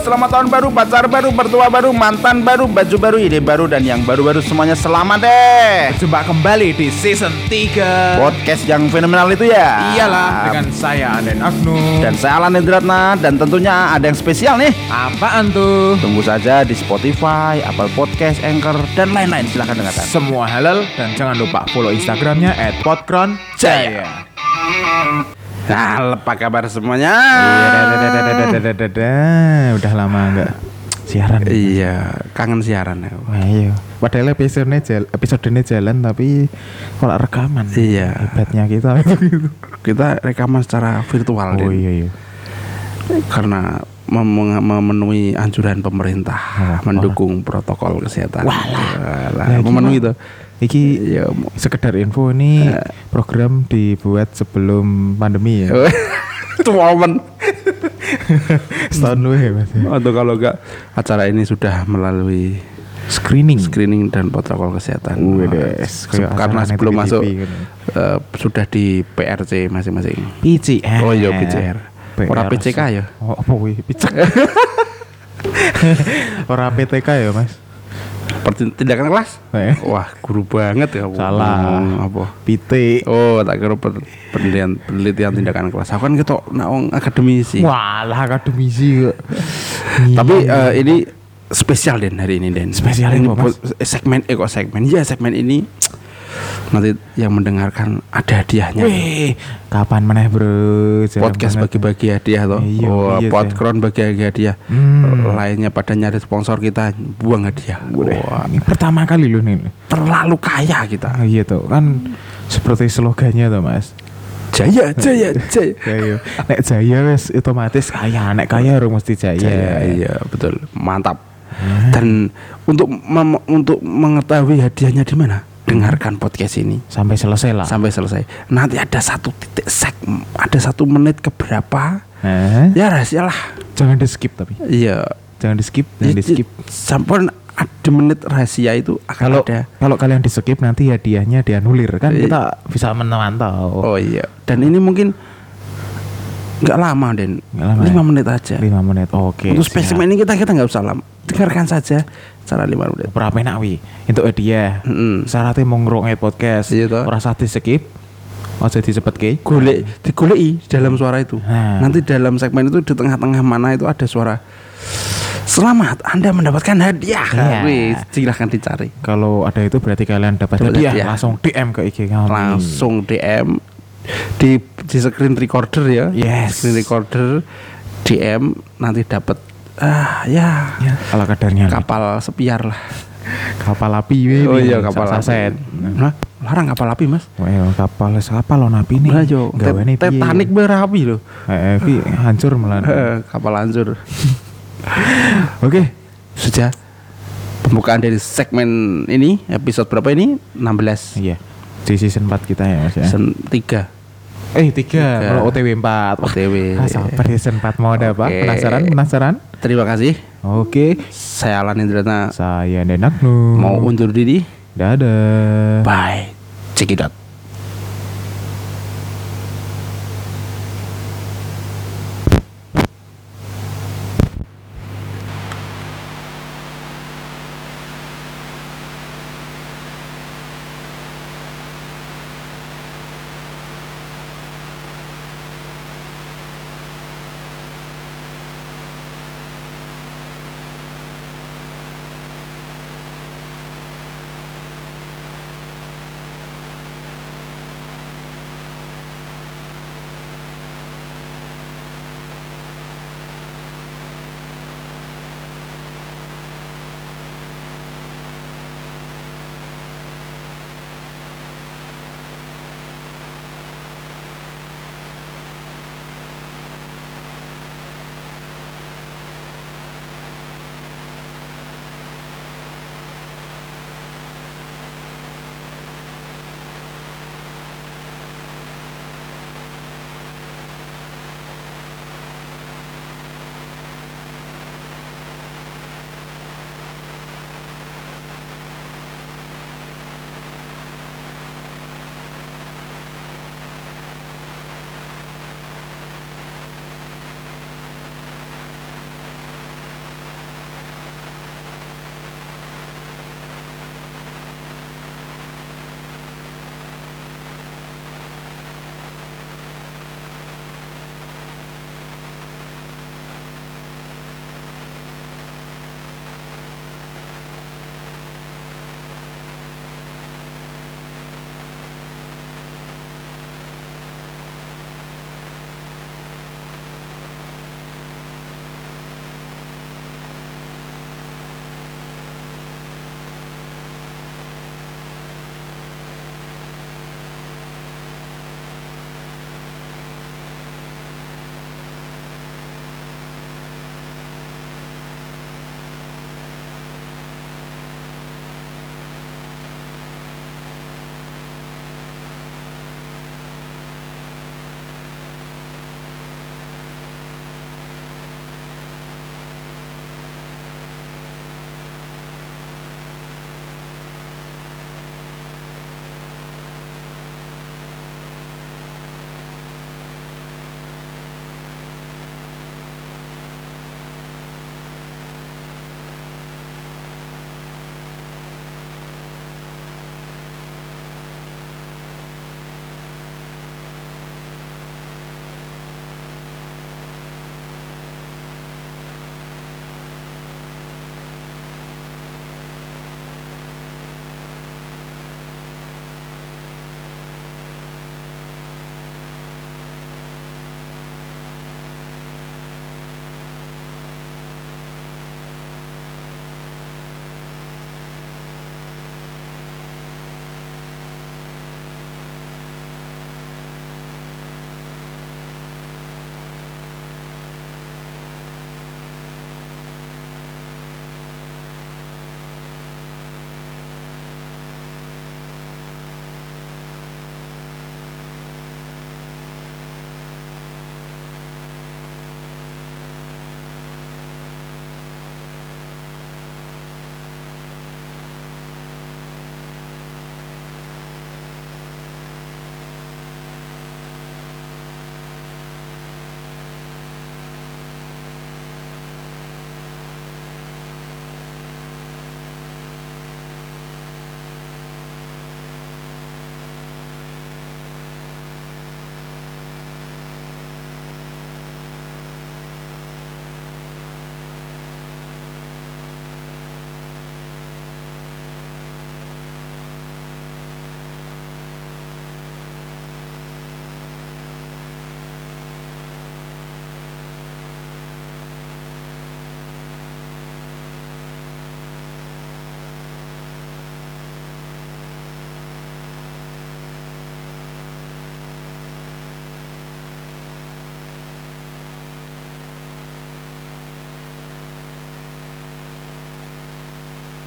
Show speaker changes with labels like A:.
A: selamat tahun baru, pacar baru, mertua baru, mantan baru, baju baru, ide baru, dan yang baru-baru semuanya selamat deh.
B: Berjumpa kembali di season 3
A: Podcast yang fenomenal itu ya.
B: Iyalah, dengan saya Aden Agnu.
A: Dan saya Alan Indratna. Dan tentunya ada yang spesial nih.
B: Apaan tuh?
A: Tunggu saja di Spotify, Apple Podcast, Anchor, dan lain-lain. Silahkan dengarkan.
B: Semua halal. Dan jangan lupa follow Instagramnya @podkronjaya.
A: Nah, apa kabar semuanya?
B: Udah lama enggak siaran.
A: Iya, kangen siaran ya.
B: Ayo. Padahal episodenya jalan tapi kalau rekaman.
A: Iya.
B: Hebatnya kita.
A: Kita rekaman secara virtual.
B: Oh iya.
A: Karena memenuhi anjuran pemerintah mendukung protokol kesehatan.
B: Walah,
A: memenuhi itu.
B: Iki ya, sekedar info ini program dibuat sebelum pandemi ya.
A: Momen.
B: Setahun lu ya Mas.
A: Atau kalau enggak, acara ini sudah melalui screening dan protokol kesehatan. Karena sebelum masuk sudah di PRC masing-masing.
B: PCR.
A: Oh iya PCR. Ora PCK ya?
B: Oh apa wih PCK? Ora PTK ya Mas?
A: Tindakan kelas? Wah, guru banget ya.
B: Salah.
A: Apa?
B: PT.
A: Oh, tak kira penelitian tindakan kelas. Aku kan ketok nak wong akademisi.
B: Walah akademisi kok.
A: Tapi ini spesial Den hari ini Den.
B: Spesial ini Mas.
A: Segmen Ya, segmen ini nanti yang mendengarkan ada hadiahnya.
B: Wih, kapan meneh bro?
A: Podcast bagi-bagi hadiah toh.
B: Iya,
A: Podkron bagi hadiah. Lainnya pada nyari sponsor kita buang hadiah.
B: Wah, ini pertama kali loh nih.
A: Terlalu kaya kita.
B: Iya tuh kan seperti slogannya tuh Mas.
A: Jaya.
B: Jaya. Nek jaya wes otomatis kaya. Nek kaya harus mesti jaya.
A: Iya, betul. Mantap. Dan untuk mengetahui hadiahnya di mana? Dengarkan podcast ini
B: sampai selesai lah.
A: Sampai selesai. Nanti ada satu titik ada 1 menit keberapa. Ya rahasia lah.
B: Jangan di skip tapi.
A: Iya.
B: Jangan di skip.
A: Sampai ada menit rahasia itu akan ada.
B: Kalau kalian di skip nanti hadiahnya dianulir kan kita bisa memantau.
A: Oh iya. Dan ini mungkin nggak lama Den. 5 menit aja.
B: 5 menit. Oke.
A: Untuk spesimen ini kita nggak usah lama. Dengarkan saja secara 5 menit.
B: Berapa enak wi? Untuk hadiah. Syaratnya mau ngerungoknya podcast.
A: Iya toh.
B: Ora usah di skip. Aja disebutke.
A: Digoleki dalam suara itu. Nanti dalam segmen itu di tengah-tengah mana itu ada suara selamat Anda mendapatkan hadiah. Wih, silahkan dicari.
B: Kalau ada itu berarti kalian dapat hadiah. Langsung DM ke IG kami.
A: Langsung DM di screen recorder ya.
B: Yes.
A: Screen recorder DM nanti dapat ya
B: ala kadarnya
A: kapal sepiar lah.
B: Kapal api
A: Oh iya kapal
B: saset.
A: Nah, larang kapal api Mas.
B: Oh iya kapal lo api nih.
A: Gawane Titanic berapi loh.
B: Hancur malah.
A: Kapal hancur.
B: Oke,
A: sudah pembukaan dari segmen ini, episode berapa ini? 16.
B: Iya. Di season 4 kita ya Mas ya.
A: Season 3.
B: 3. Kalau OTW 4.
A: OTW.
B: Sabar season 4 mau ada apa? Penasaran?
A: Terima kasih.
B: Oke.
A: Saya Alan Indratna.
B: Saya Aden Agnu.
A: Mau undur diri.
B: Dadah.
A: Bye. Cekidot.